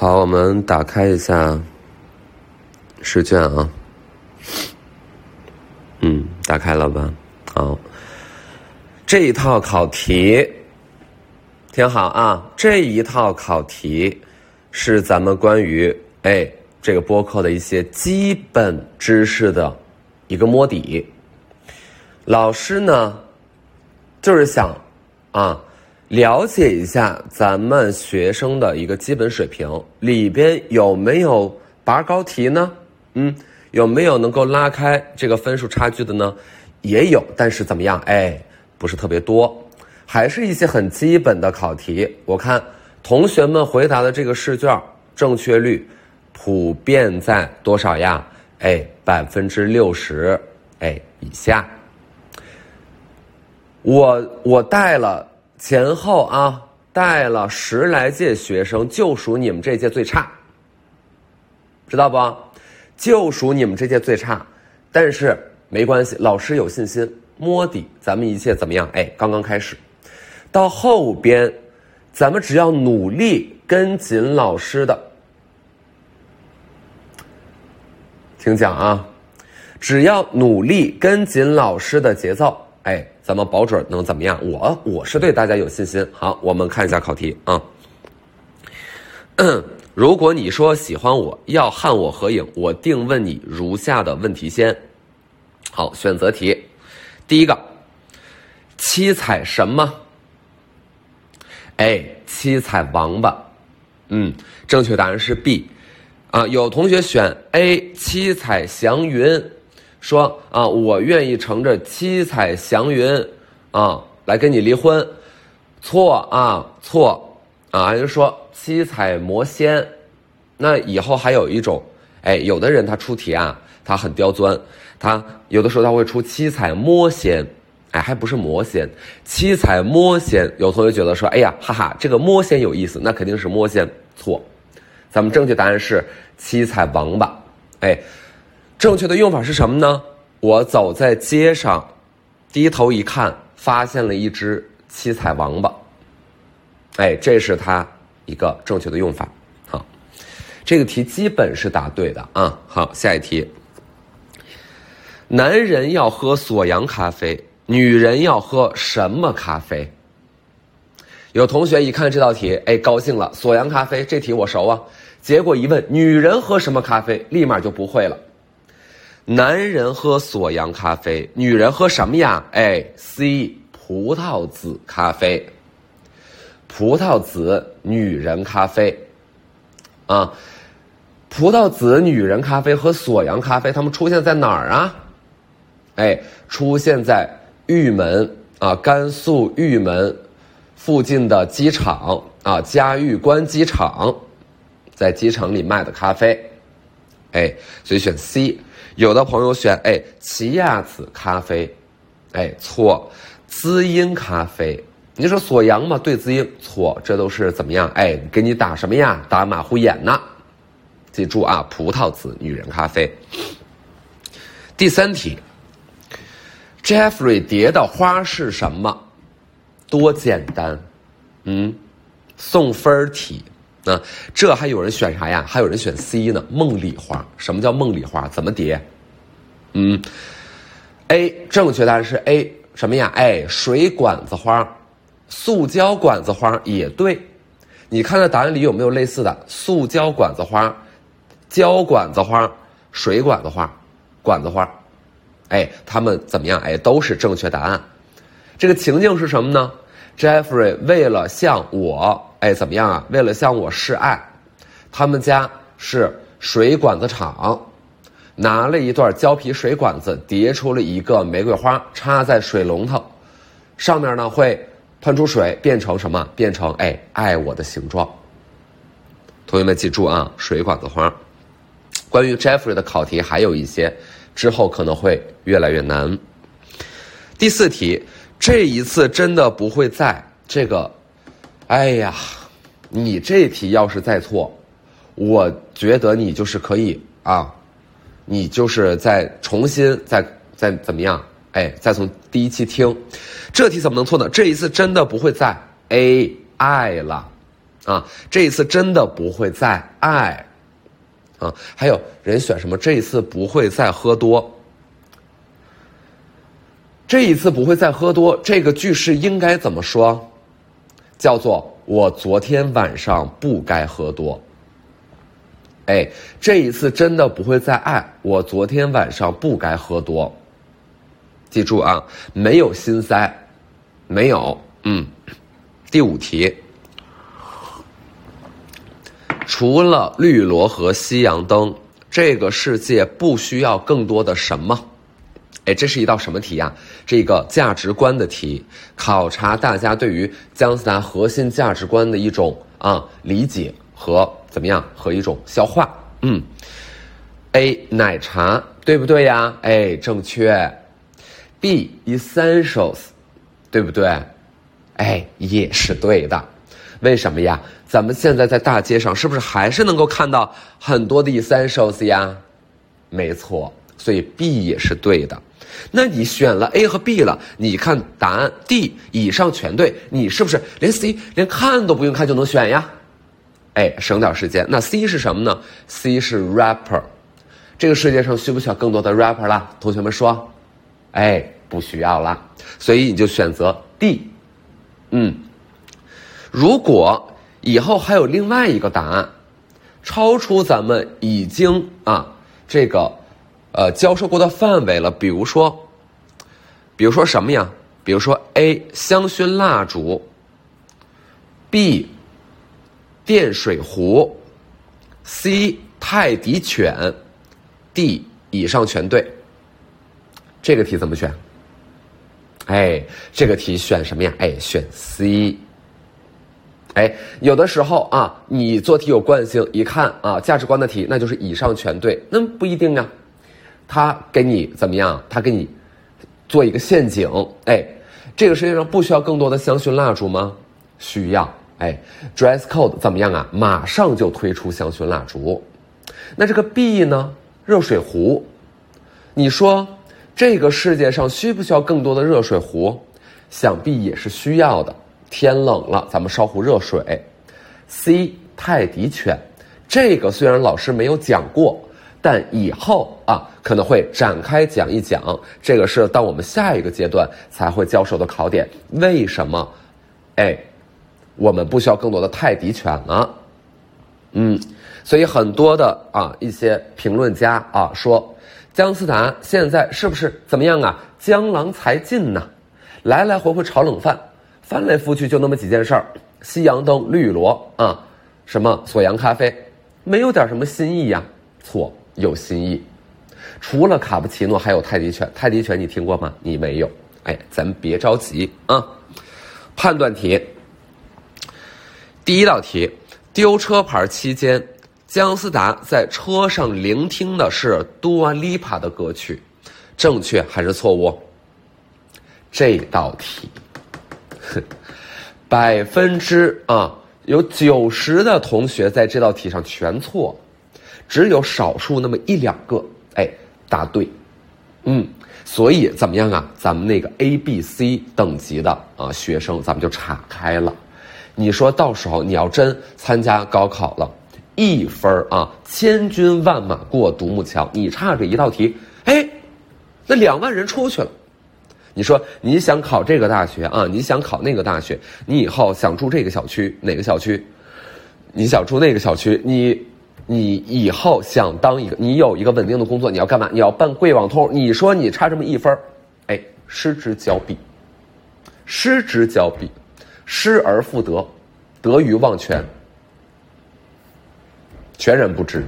好，我们打开一下试卷啊。打开了吧？好，这一套考题听好啊，这一套考题是咱们关于这个播客的一些基本知识的一个摸底。老师呢就是想了解一下咱们学生的一个基本水平，里边有没有拔高题呢？有没有能够拉开这个分数差距的呢？也有，但是怎么样？不是特别多，还是一些很基本的考题。我看同学们回答的这个试卷正确率普遍在多少呀？60%以下。我带了前后带了10来届学生，就属你们这届最差，知道不？就属你们这届最差，但是没关系，老师有信心，摸底，咱们一切怎么样？刚刚开始，到后边，咱们只要努力跟紧老师的，听讲啊，只要努力跟紧老师的节奏，咱们保准能怎么样？我是对大家有信心。好，我们看一下考题啊。如果你说喜欢我，要和我合影，我定问你如下的问题先。好，选择题，第一个，七彩什么？七彩王八。正确答案是 B。有同学选 A， 七彩祥云，说我愿意乘着七彩祥云来跟你离婚。错错。还是说七彩魔仙。那以后还有一种有的人他出题他很刁钻，他有的时候他会出七彩魔仙，还不是魔仙，七彩魔仙。有同学觉得说这个魔仙有意思，那肯定是魔仙。错，咱们正确答案是七彩王八。正确的用法是什么呢？我走在街上，低头一看，发现了一只七彩王八。这是它一个正确的用法。好，这个题基本是答对的好，下一题。男人要喝锁阳咖啡，女人要喝什么咖啡？有同学一看这道题，高兴了，锁阳咖啡这题我熟结果一问女人喝什么咖啡，立马就不会了。男人喝锁阳咖啡，女人喝什么呀？C 葡萄籽咖啡。葡萄籽女人咖啡葡萄籽女人咖啡和锁阳咖啡它们出现在哪儿出现在玉门甘肃玉门附近的机场嘉峪关机场，在机场里卖的咖啡所以选 C。 有的朋友选奇亚籽咖啡错，滋阴咖啡。你说锁阳嘛，对滋阴，错，这都是怎么样？给你打什么呀？打马虎眼呢。记住葡萄籽女人咖啡。第三题 ，Jeffrey 蝶的花是什么？多简单，送分题。这还有人选啥呀？还有人选 C 呢，梦里花。什么叫梦里花？怎么叠？A 正确答案是 A， 什么呀？水管子花。塑胶管子花也对，你看看答案里有没有类似的？塑胶管子花、胶管子花、水管子花、管子花，它们怎么样？都是正确答案。这个情境是什么呢？ Jeffrey 为了向我怎么样为了向我示爱，他们家是水管子厂，拿了一段胶皮水管子叠出了一个玫瑰花，插在水龙头上面呢，会喷出水，变成什么？变成爱我的形状。同学们记住水管子花。关于 Jeffrey 的考题还有一些，之后可能会越来越难。第四题，这一次真的不会再这个，你这题要是再错，我觉得你就是可以你就是再重新再怎么样？再从第一期听，这题怎么能错呢？这一次真的不会再爱了， 啊，这一次真的不会再爱啊。还有人选什么？这一次不会再喝多。这一次不会再喝多，这个句式应该怎么说？叫做我昨天晚上不该喝多。哎，这一次真的不会再爱，我昨天晚上不该喝多。记住啊，没有心塞，没有。第5题，除了绿萝和西洋灯，这个世界不需要更多的什么？哎，这是一道什么题呀？这个价值观的题，考察大家对于姜思达核心价值观的一种理解和怎么样，和一种消化。A 奶茶，对不对呀？哎，正确。B essentials， 对不对？哎，也是对的。为什么呀？咱们现在在大街上是不是还是能够看到很多的 essentials 呀？没错，所以 B 也是对的。那你选了 A 和 B 了，你看答案 D 以上全对，你是不是连 C 连看都不用看就能选呀？哎，省点时间。那 C 是什么呢？ C 是 rapper。 这个世界上需不需要更多的 rapper 啦？同学们说，哎，不需要啦，所以你就选择 D。如果以后还有另外一个答案超出咱们已经教授过的范围了，比如说什么呀？比如说 A 香薰蜡烛， B 电水壶， C 泰迪犬， D 以上全对。这个题怎么选？哎，这个题选什么呀？哎，选 C。哎，有的时候你做题有惯性，一看价值观的题，那就是以上全对，那不一定啊。他给你怎么样？他给你做一个陷阱。哎，这个世界上不需要更多的香薰蜡烛吗？需要。哎 ，dress code 怎么样啊？马上就推出香薰蜡烛。那这个 B 呢？热水壶。你说这个世界上需不需要更多的热水壶？想必也是需要的。天冷了，咱们烧壶热水。C 泰迪犬，这个虽然老师没有讲过，但以后可能会展开讲一讲。这个是到我们下一个阶段才会教授的考点。为什么？哎，我们不需要更多的泰迪犬呢？所以很多的一些评论家说，姜思达现在是不是怎么样啊？江郎才尽呢，来来回回炒冷饭，翻来覆去就那么几件事儿，西洋灯、绿萝什么锁阳咖啡，没有点什么新意呀？错，有新意。除了卡布奇诺，还有泰迪犬。泰迪犬你听过吗？你没有。哎，咱别着急判断题，第一道题，丢车牌期间，姜思达在车上聆听的是多丽帕的歌曲，正确还是错误？这道题有90%的同学在这道题上全错，只有少数那么1-2个答对。所以怎么样啊？咱们那个 A、B、C 等级的学生，咱们就岔开了。你说到时候你要真参加高考了，1分千军万马过独木桥，你差这一道题，那2万人出去了。你说你想考这个大学你想考那个大学，你以后想住这个小区，哪个小区？你想住那个小区，你以后想当你有一个稳定的工作，你要干嘛？你要办贵网通。你说你差这么1分，失之交臂，失之交臂，失而复得，得于忘全，全然不知。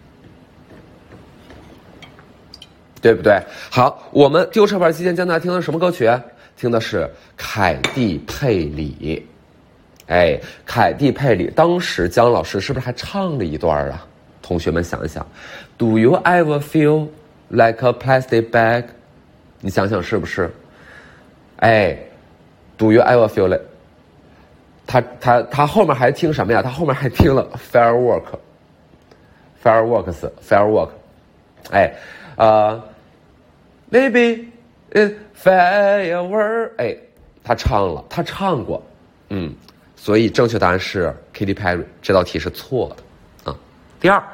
对不对？好，我们丢车牌期间，姜思达听的是什么歌曲？听的是凯蒂佩里。凯蒂佩里，当时姜老师是不是还唱了一段啊？同学们想一想 ，Do you ever feel like a plastic bag？ 你想想是不是？Do you ever feel like？ 他后面还听什么呀？他后面还听了 fireworks。Maybe it's firework， 他唱过， 所以正确答案是 Katy Perry， 这道题是错的啊。第二，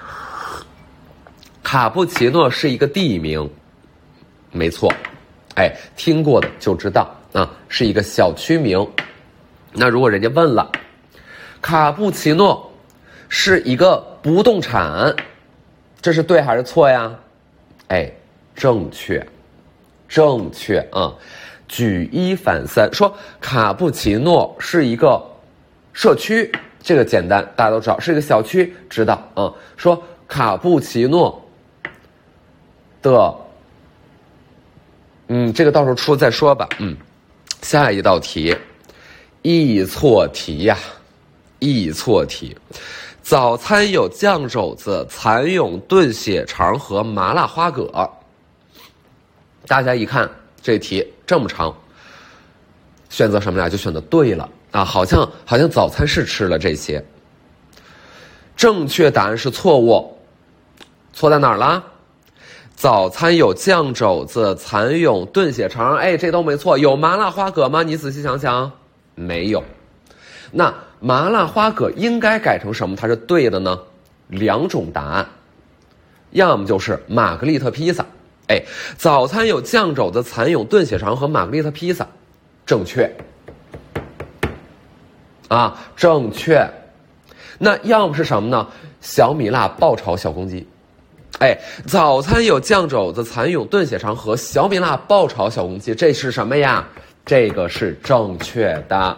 卡布奇诺是一个地名，没错，哎，听过的就知道啊，是一个小区名。那如果人家问了，卡布奇诺是一个不动产，这是对还是错呀？哎，正确，正确啊！举一反三，说卡布奇诺是一个社区，这个简单，大家都知道，是一个小区，知道啊。说卡布奇诺的，这个到时候出再说吧。下一道题，易错题呀，易错题。早餐有酱肘子、蚕蛹、炖血肠和麻辣花蛤。大家一看这题这么长，选择什么呀？就选择对了啊！好像早餐是吃了这些。正确答案是错误，错在哪儿啦？早餐有酱肘子、蚕蛹、炖血肠，哎，这都没错。有麻辣花蛤吗？你仔细想想，没有。那麻辣花蛤应该改成什么它是对的呢？两种答案，要么就是玛格丽特披萨。哎，早餐有酱肘子、蚕蛹、炖血肠和玛格丽特披萨，正确啊，正确。那要么是什么呢？小米辣爆炒小公鸡。哎，早餐有酱肘子、蚕蛹、炖血肠和小米辣爆炒小公鸡，这是什么呀？这个是正确的。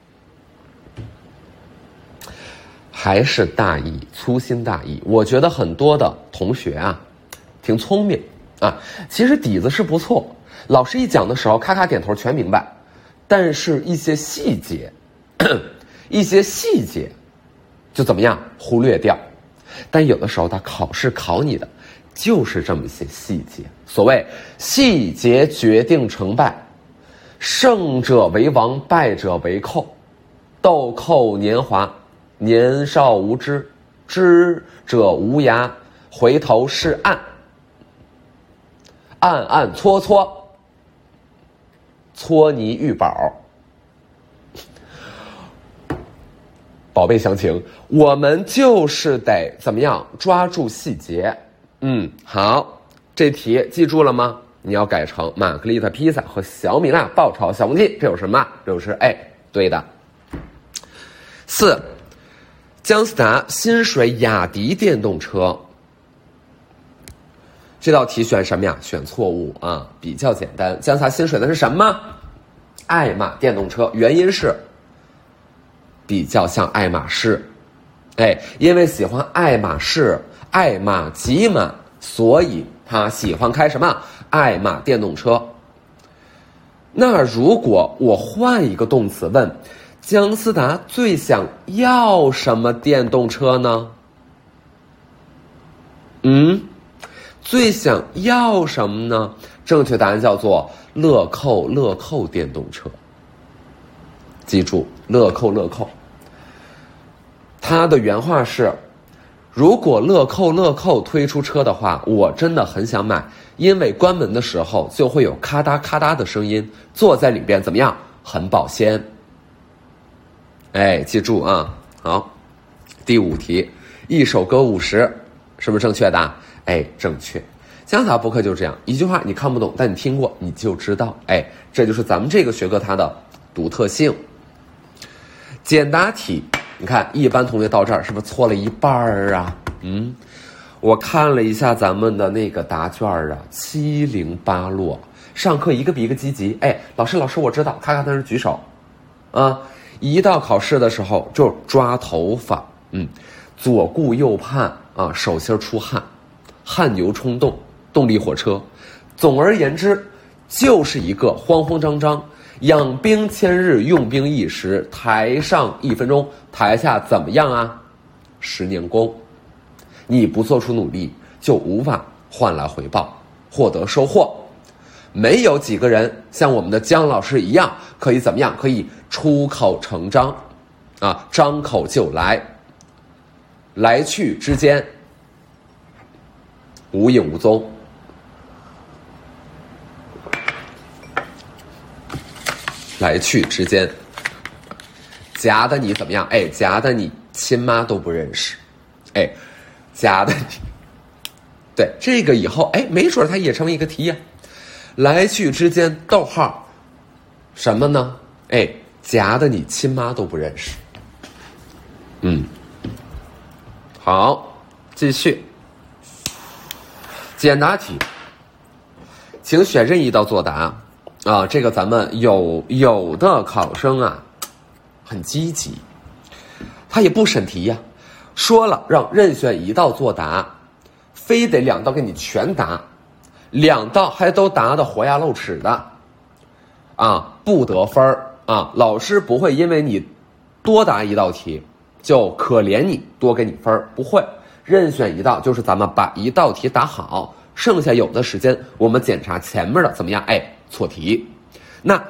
还是大意，粗心大意。我觉得很多的同学啊，挺聪明啊，其实底子是不错，老师一讲的时候咔咔点头全明白，但是一些细节就怎么样忽略掉。但有的时候他考试考你的就是这么一些细节，所谓细节决定成败，胜者为王，败者为寇。豆蔻年华，年少无知，知者无涯，回头是岸，暗暗搓搓，搓泥玉宝。宝贝详情，我们就是得怎么样抓住细节。好，这题记住了吗？你要改成玛格丽特披萨和小米辣爆炒小公鸡，这有什么？这就是对的。4，姜思达薪水雅迪电动车。这道题选什么呀？选错误啊，比较简单。姜思达薪水的是什么？爱玛电动车，原因是比较像爱马仕，因为喜欢爱马仕、爱玛吉玛，所以他喜欢开什么？爱玛电动车。那如果我换一个动词问，姜思达最想要什么电动车呢？最想要什么呢？正确答案叫做乐扣电动车。记住，乐扣。他的原话是，如果乐扣推出车的话，我真的很想买，因为关门的时候就会有咔嗒咔嗒的声音，坐在里边怎么样？很保鲜。记住啊。好，第5题，一首歌50，是不是正确的？正确。姜思达播客就是这样，一句话你看不懂，但你听过你就知道。这就是咱们这个学科它的独特性。简答题，你看一般同学到这儿是不是错了一半啊？我看了一下咱们的那个答卷啊，七零八落。上课一个比一个积极，老师我知道，咔咔在那举手啊。一到考试的时候就抓头发，左顾右盼啊，手心出汗，汗牛充栋，动力火车。总而言之，就是一个慌慌张张，养兵千日，用兵一时，台上1分钟，台下怎么样啊？10年功。你不做出努力，就无法换来回报，获得收获。没有几个人像我们的姜老师一样，可以怎么样？可以出口成章，张口就来，来去之间无影无踪。来去之间夹的你怎么样？哎，夹的你亲妈都不认识，哎，夹的你，对这个以后，哎，没准它也成为一个题呀。来去之间，逗号，什么呢？哎，夹的你亲妈都不认识。好，继续。简答题，请选任意一道作答。啊，这个咱们有的考生啊，很积极，他也不审题呀，说了让任选一道作答，非得2道给你全答，2道还都答的活鸭露齿的，啊，不得分啊！老师不会因为你多答1道题就可怜你多给你分，不会，任选1道就是咱们把1道题答好，剩下有的时间我们检查前面的怎么样？哎，错题。那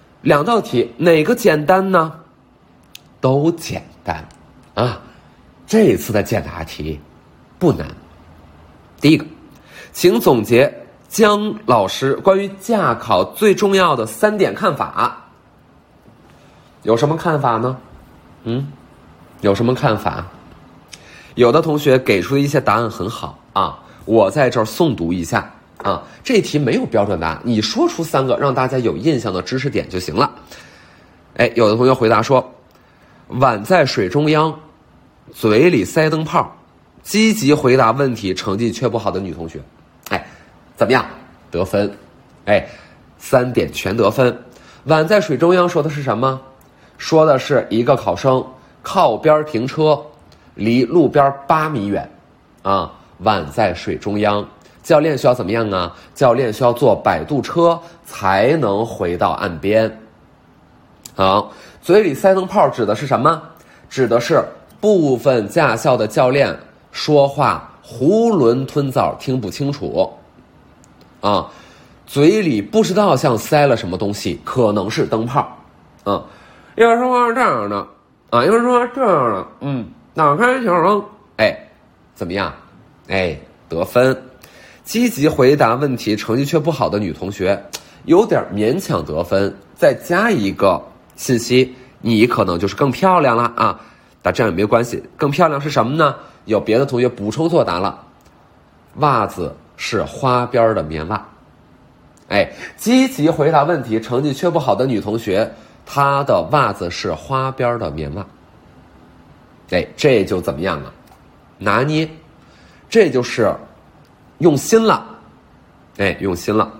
2道题哪个简单呢？都简单啊！这次的简答题不难。第一个，请总结姜老师关于驾考最重要的3点看法。有什么看法呢？有什么看法？有的同学给出的一些答案很好啊，我在这儿诵读一下啊。这题没有标准答案，你说出3个让大家有印象的知识点就行了。哎，有的同学回答说，碗在水中央，嘴里塞灯泡，积极回答问题，成绩却不好的女同学，哎，怎么样？得分。哎，3点全得分。碗在水中央说的是什么？说的是一个考生靠边停车，离路边8米远，啊，碗在水中央。教练需要怎么样啊？教练需要坐摆渡车才能回到岸边。好，嘴里塞灯泡指的是什么？指的是部分驾校的教练说话囫囵吞枣，听不清楚，啊，嘴里不知道像塞了什么东西，可能是灯泡，啊，有人说这样的，啊，有人说这样的，打开小灯，哎，怎么样？哎，得分。积极回答问题，成绩却不好的女同学，有点勉强得分，再加一个信息，你可能就是更漂亮了啊。但这样也没有关系，更漂亮是什么呢？有别的同学补充作答了，袜子是花边的棉袜。哎，积极回答问题，成绩却不好的女同学，她的袜子是花边的棉袜。哎，这就怎么样了？拿捏，这就是用心了。哎，用心了。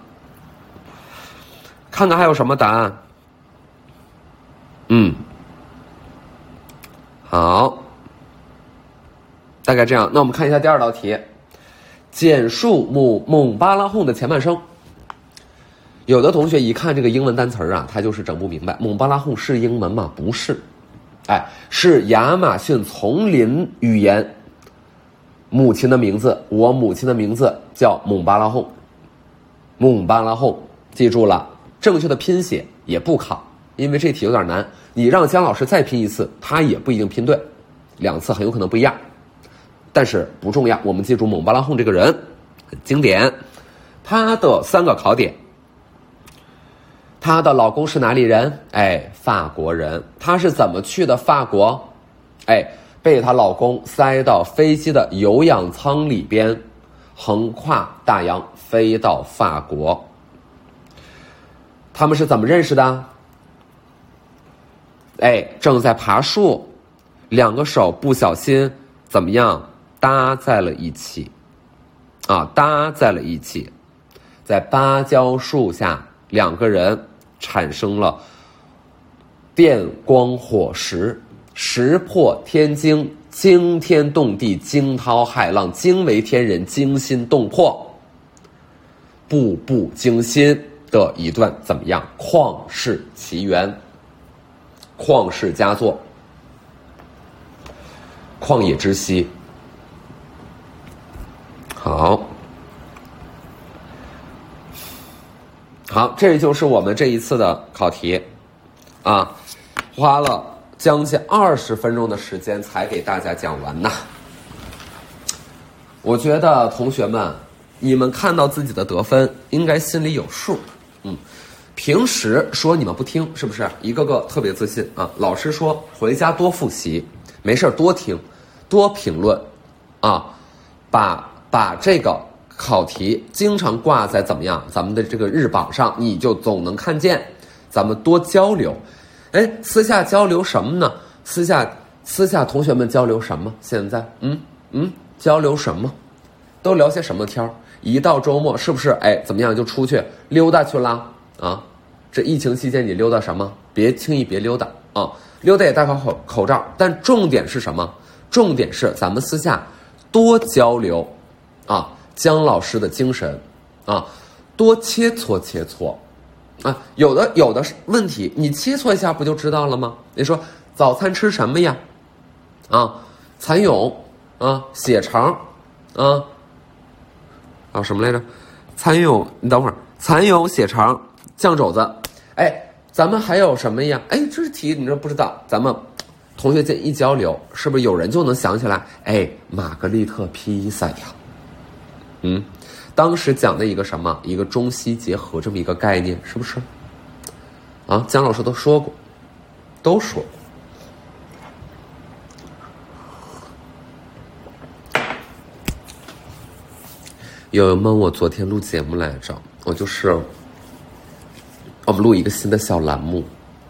看看还有什么答案。好，大概这样。那我们看一下第2道题，简述蒙巴拉哄的前半生。有的同学一看这个英文单词啊，他就是整不明白，蒙巴拉哄是英文吗？不是，哎，是亚马逊丛林语言。母亲的名字，我母亲的名字叫蒙巴拉哄。蒙巴拉哄，记住了，正确的拼写也不考，因为这题有点难，你让姜老师再拼一次，他也不一定拼对，2次很有可能不一样，但是不重要，我们记住蒙巴拉哄这个人很经典。他的3个考点，她的老公是哪里人？哎，法国人。她是怎么去的法国？哎，被她老公塞到飞机的有氧舱里边，横跨大洋飞到法国。他们是怎么认识的？哎，正在爬树，2个手不小心怎么样搭在了一起啊，搭在了一起，在芭蕉树下，2个人产生了电光火石，石破天惊，惊天动地，惊涛骇浪，惊为天人，惊心动魄，步步惊心的一段怎么样旷世奇缘，旷世佳作，旷野之息。好，这就是我们这一次的考题啊，花了将近20分钟的时间才给大家讲完呢。我觉得同学们，你们看到自己的得分应该心里有数， 平时说你们不听，是不是一个个特别自信啊？老师说回家多复习，没事多听，多评论，啊，把这个考题经常挂在怎么样咱们的这个日榜上，你就总能看见。咱们多交流，哎，私下交流什么呢？私下同学们交流什么？现在交流什么？都聊些什么天儿？一到周末是不是哎怎么样就出去溜达去啦？啊，这疫情期间你溜达什么？轻易别溜达啊！溜达也戴好口罩，但重点是什么？重点是咱们私下多交流啊，姜老师的精神啊，多切磋啊，有的问题你切磋一下不就知道了吗？你说早餐吃什么呀？啊，蚕蛹啊，血肠啊，什么来着？蚕蛹，你等会儿，蚕蛹、血肠、酱肘子，哎，咱们还有什么呀？哎，这题你这不知道，咱们同学间一交流，是不是有人就能想起来？哎，玛格丽特披萨呀，当时讲的一个什么？一个中西结合这么一个概念，是不是？啊，姜老师都说过。有人问我昨天录节目来着，我们录一个新的小栏目，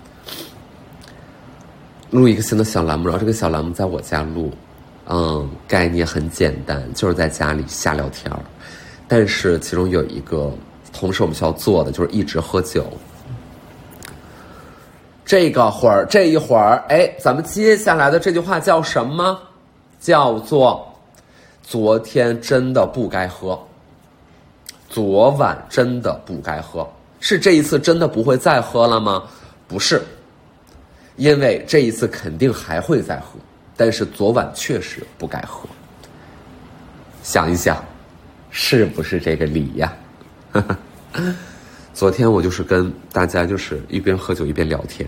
然后这个小栏目在我家录，概念很简单，就是在家里瞎聊天，但是其中有一个同时我们需要做的就是一直喝酒。这一会儿，哎，咱们接下来的这句话叫什么？叫做昨天真的不该喝，昨晚真的不该喝。是这一次真的不会再喝了吗？不是，因为这一次肯定还会再喝，但是昨晚确实不该喝。想一想，是不是这个理呀？昨天我就是跟大家就是一边喝酒一边聊天，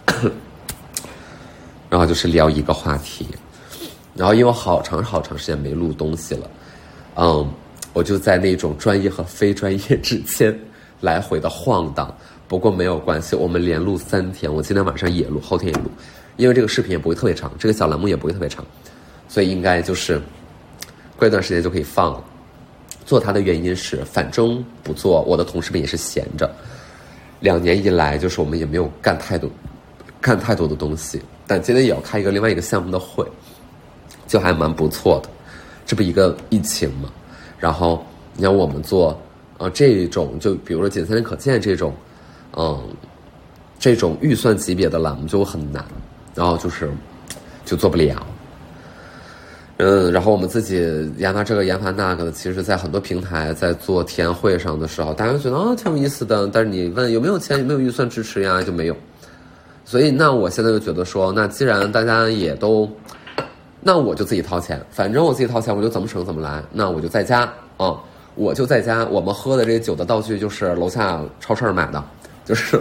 然后就是聊一个话题，然后因为我好长时间没录东西了，我就在那种专业和非专业之间来回的晃荡。不过没有关系，我们连录3天，我今天晚上也录，后天也录，因为这个视频也不会特别长，这个小栏目也不会特别长，所以应该就是过一段时间就可以放了。做它的原因是，反正不做，我的同事们也是闲着。2年以来，就是我们也没有干太多的东西，但今天也要开另外一个项目的会，就还蛮不错的。这不一个疫情嘛，然后你看我们做这种，就比如说仅3天可见这种，这种预算级别的栏目就很难，然后就做不了。然后我们自己研发这个研发那个的，其实在很多平台在做体验会上的时候，大家觉得挺有意思的，但是你问有没有钱，有没有预算支持呀，就没有。所以那我现在就觉得说，那既然大家也都，那我就自己掏钱，反正我自己掏钱，我就怎么省怎么来，那我就在家我就在家，我们喝的这些酒的道具就是楼下超市买的，就是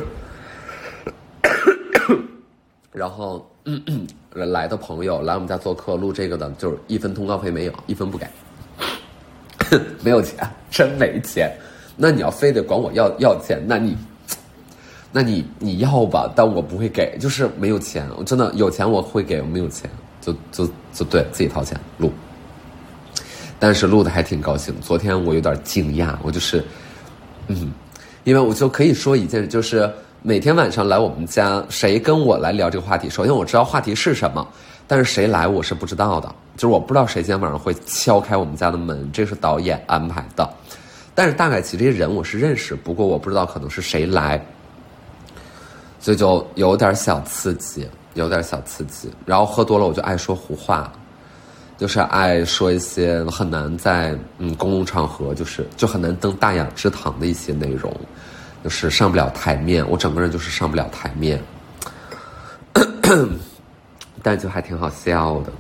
然后来的朋友来我们家做客录这个的，就是1分通告费没有，1分不给没有钱，真没钱。那你要非得管我要钱，那你要吧，但我不会给，就是没有钱。我真的有钱我会给，我没有钱就对自己掏钱录。但是录的还挺高兴。昨天我有点惊讶，我就是因为我就可以说一件，就是每天晚上来我们家，谁跟我来聊这个话题，首先我知道话题是什么，但是谁来我是不知道的，就是我不知道谁今天晚上会敲开我们家的门，这是导演安排的。但是大概其实这些人我是认识，不过我不知道可能是谁来，所以就有点小刺激。然后喝多了我就爱说胡话，就是爱说一些很难在公共场合就很难登大雅之堂的一些内容，就是上不了台面，我整个人就是上不了台面但就还挺好笑的。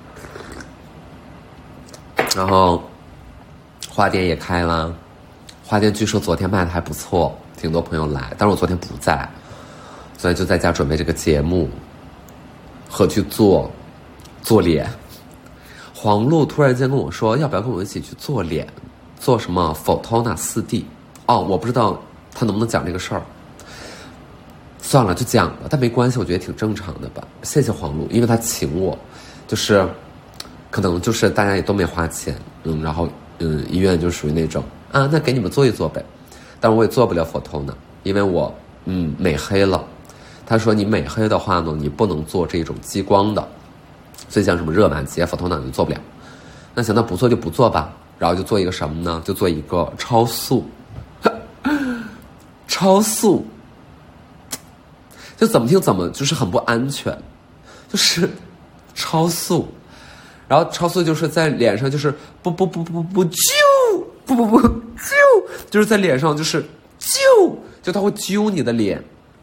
然后花店也开了，花店据说昨天卖的还不错，挺多朋友来，但是我昨天不在，所以就在家准备这个节目和去做脸。黄璐突然间跟我说，要不要跟我一起去做脸，做什么 Photona 4D。我不知道他能不能讲这个事儿， 算了，就讲吧，但没关系，我觉得挺正常的吧。谢谢黄璐，因为他请我，就是可能就是大家也都没花钱，然后医院就属于那种啊，那给你们做一做呗。但是我也做不了Photona，因为我美黑了。他说你美黑的话呢，你不能做这种激光的，所以像什么热玛吉、Photona 你做不了。那行，那不做就不做吧。然后就做一个什么呢？就做一个超速，超速。就怎么听怎么就是很不安全，就是超速，然后超速就是在脸上就是不就是在脸上就是就他会揪你的脸。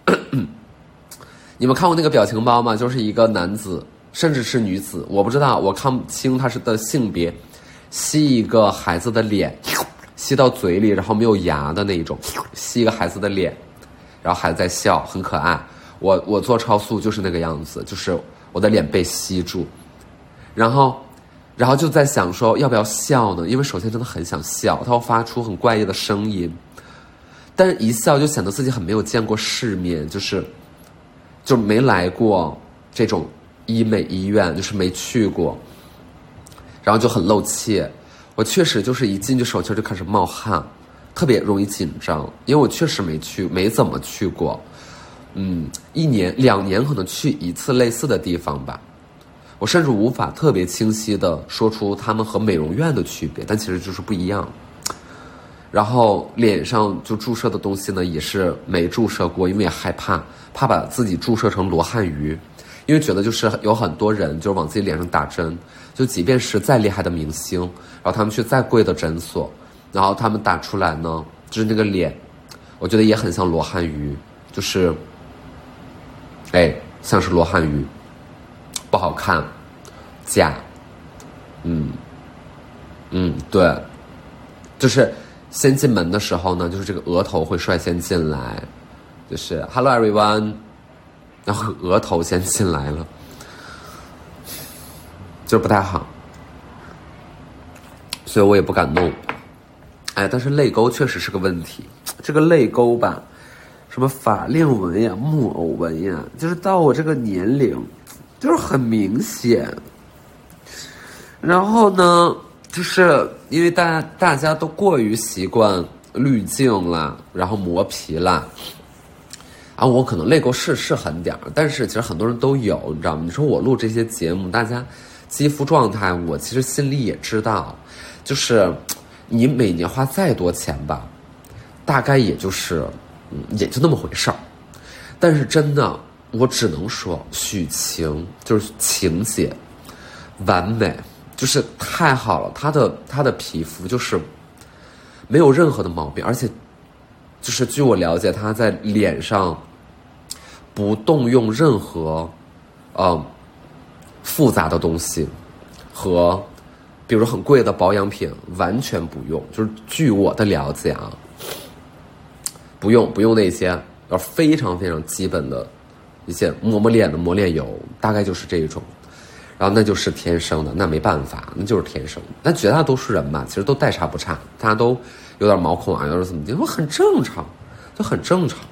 你们看过那个表情包吗？就是一个男子甚至是女子，我不知道，我看不清他是的性别，吸一个孩子的脸，吸到嘴里，然后没有牙的那种，吸一个孩子的脸，然后孩子在笑，很可爱。我做超速就是那个样子，就是我的脸被吸住，然后就在想说要不要笑呢？因为首先真的很想笑，它会发出很怪异的声音，但是一笑就显得自己很没有见过世面，就没来过这种医美医院，就是没去过，然后就很露怯。我确实就是一进去手心就开始冒汗，特别容易紧张，因为我确实没怎么去过。1年2年可能去一次类似的地方吧，我甚至无法特别清晰的说出他们和美容院的区别，但其实就是不一样。然后脸上就注射的东西呢，也是没注射过，因为也害怕把自己注射成罗汉鱼，因为觉得就是有很多人就往自己脸上打针，就即便是再厉害的明星，然后他们去再贵的诊所，然后他们打出来呢，就是那个脸，我觉得也很像罗汉鱼，就是像是罗汉鱼，不好看，假，对，就是先进门的时候呢，就是这个额头会率先进来，就是 Hello everyone， 然后额头先进来了，就是不太好，所以我也不敢弄。但是泪沟确实是个问题，这个泪沟吧，什么法令纹呀、木偶纹呀，就是到我这个年龄，就是很明显。然后呢，就是因为大家都过于习惯滤镜啦，然后磨皮啦，我可能泪沟是很点，但是其实很多人都有，你知道吗？你说我录这些节目，大家肌肤状态，我其实心里也知道，就是你每年花再多钱吧，大概也就是也就那么回事儿。但是真的，我只能说许晴就是晴姐完美，就是太好了，她的皮肤就是没有任何的毛病，而且就是据我了解，她在脸上不动用任何复杂的东西和比如很贵的保养品，完全不用，就是据我的了解不用那些非常非常基本的一些抹脸的抹脸油，大概就是这种，然后那就是天生的，那没办法，那就是天生的。但绝大多数人嘛，其实都大差不差，大家都有点毛孔有点怎么地，很正常，就很正常，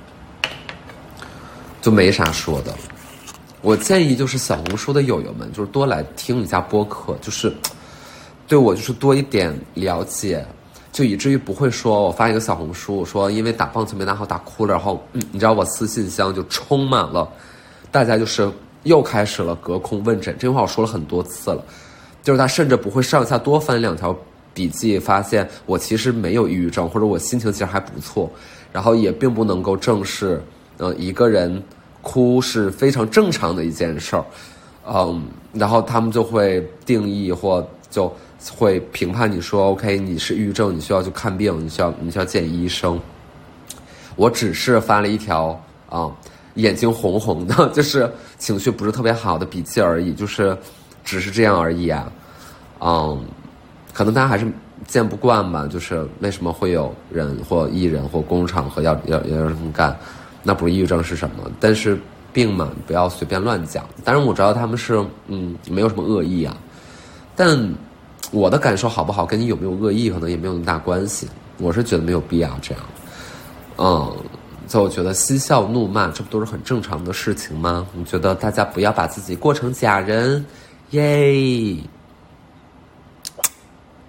就没啥说的。我建议就是小红书的友友们，就是多来听一下播客，就是对我就是多一点了解，就以至于不会说我发一个小红书说因为打棒球没打好打哭了，然后你知道我私信箱就充满了，大家就是又开始了隔空问诊。这句话我说了很多次了，就是他甚至不会上下多翻2条笔记，发现我其实没有抑郁症，或者我心情其实还不错，然后也并不能够正视一个人哭是非常正常的一件事儿，然后他们就会定义或就会评判你说 OK 你是抑郁症，你需要去看病，你需要见医生。我只是发了一条眼睛红红的，就是情绪不是特别好的笔记而已，就是只是这样而已可能大家还是见不惯吧，就是为什么会有人或艺人或工厂和要这么干，那不是抑郁症是什么？但是病嘛，不要随便乱讲。当然我知道他们是没有什么恶意但我的感受好不好跟你有没有恶意可能也没有那么大关系，我是觉得没有必要这样所以我觉得嬉笑怒骂，这不都是很正常的事情吗？你觉得大家不要把自己过成假人，耶。